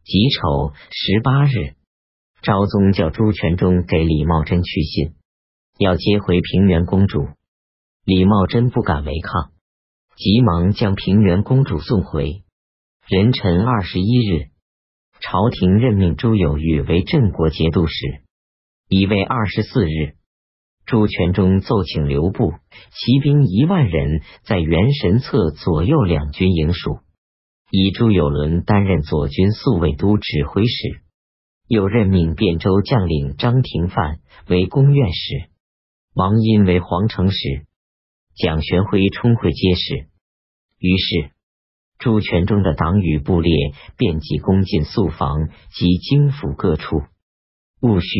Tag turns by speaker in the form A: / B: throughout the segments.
A: 己丑18日，昭宗叫朱全忠给李茂贞去信，要接回平原公主。李茂贞不敢违抗，急忙将平原公主送回。壬辰21日，朝廷任命朱有玉为镇国节度使。乙未24日，朱全忠奏请留部骑兵1万人在元神策左右两军营属，以朱有伦担任左军宿卫都指挥使，又任命汴州将领张廷范为宫院使，王殷为皇城使，蒋玄辉充会接使。于是朱全忠的党羽部列遍及攻进宿防及京府各处。戊戌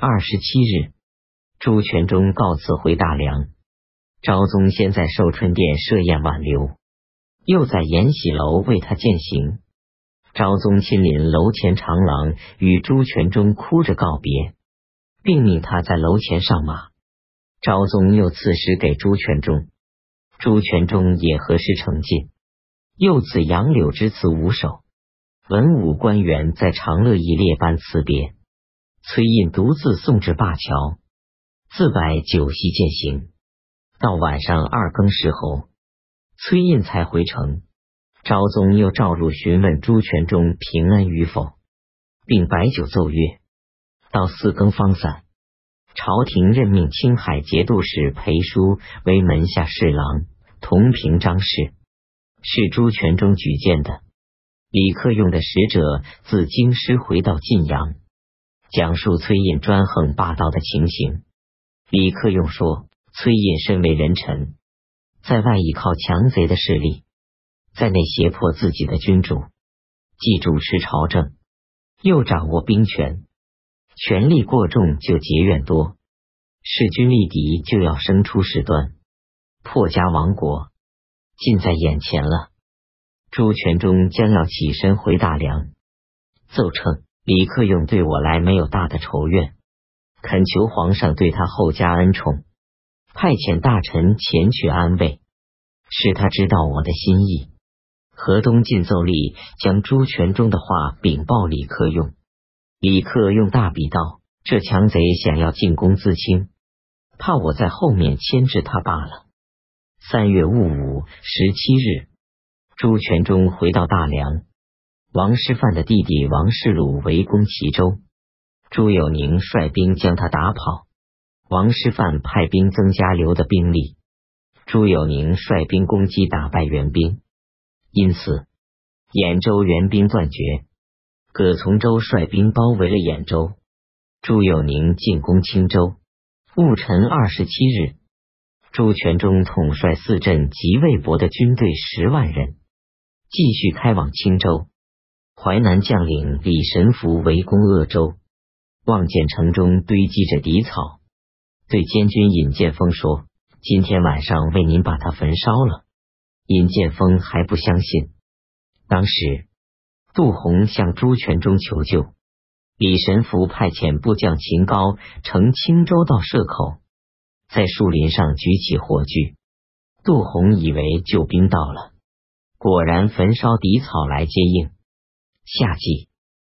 A: 27日，朱全忠告辞回大梁。昭宗先在寿春殿设宴挽留，又在延禧楼为他饯行。昭宗亲临楼前长廊，与朱全忠哭着告别，并命他在楼前上马。昭宗又赐诗给朱全忠，朱全忠也何诗成尽，又赐杨柳之词5首。文武官员在长乐驿列班辞别，崔胤独自送至灞桥，自摆酒席饯行。到晚上2更时候，崔胤才回城。昭宗又召入询问朱全忠平安与否，并摆酒奏乐。到4更方散。朝廷任命青海节度使裴叔为门下侍郎，同平章事，是朱全忠举荐的。李克用的使者自京师回到晋阳，讲述崔胤专横霸道的情形。李克用说，崔胤身为人臣，在外依靠强贼的势力，在内胁迫自己的君主，既主持朝政，又掌握兵权，权力过重就结怨多，势均力敌就要生出事端，破家亡国近在眼前了。朱全忠将要起身回大梁，奏称李克用对我来没有大的仇怨，恳求皇上对他厚加恩宠，派遣大臣前去安慰，使他知道我的心意。河东进奏吏将朱全忠的话禀报李克用。李克用大比道，这强贼想要进攻自清，怕我在后面牵制他罢了。3月戊午17日，朱全忠回到大梁。王师范的弟弟王世鲁围攻齐州，朱有宁率兵将他打跑。王师范派兵增加留的兵力，朱有宁率兵攻击打败援兵，因此兖州援兵断绝。葛从周率兵包围了兖州，朱有宁进攻青州。戊辰27日，朱全忠统帅4镇及魏博的军队10万人，继续开往青州。淮南将领李神福围攻鄂州，望见城中堆积着敌草，对监军尹建峰说，今天晚上为您把它焚烧了。尹建峰还不相信。当时杜洪向朱全忠求救，李神福派遣部将秦高乘青州到社口，在树林上举起火炬。杜洪以为救兵到了，果然焚烧敌草来接应。夏季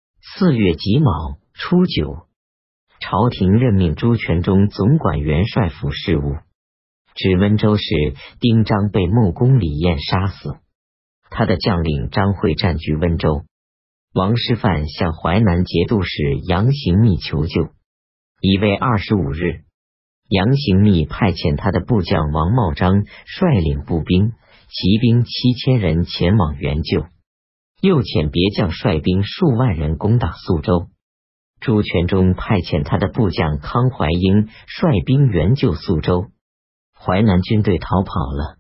A: 4月己卯初9，朝廷任命朱全忠总管元帅府事务。指温州使丁章被穆公李彦杀死，他的将领张会占据温州。王师范向淮南节度使杨行密求救。乙未25日，杨行密派遣他的部将王茂章率领步兵、骑兵7000人前往援救，又遣别将率兵数万人攻打宿州。朱全忠派遣他的部将康怀英率兵援救宿州，淮南军队逃跑了。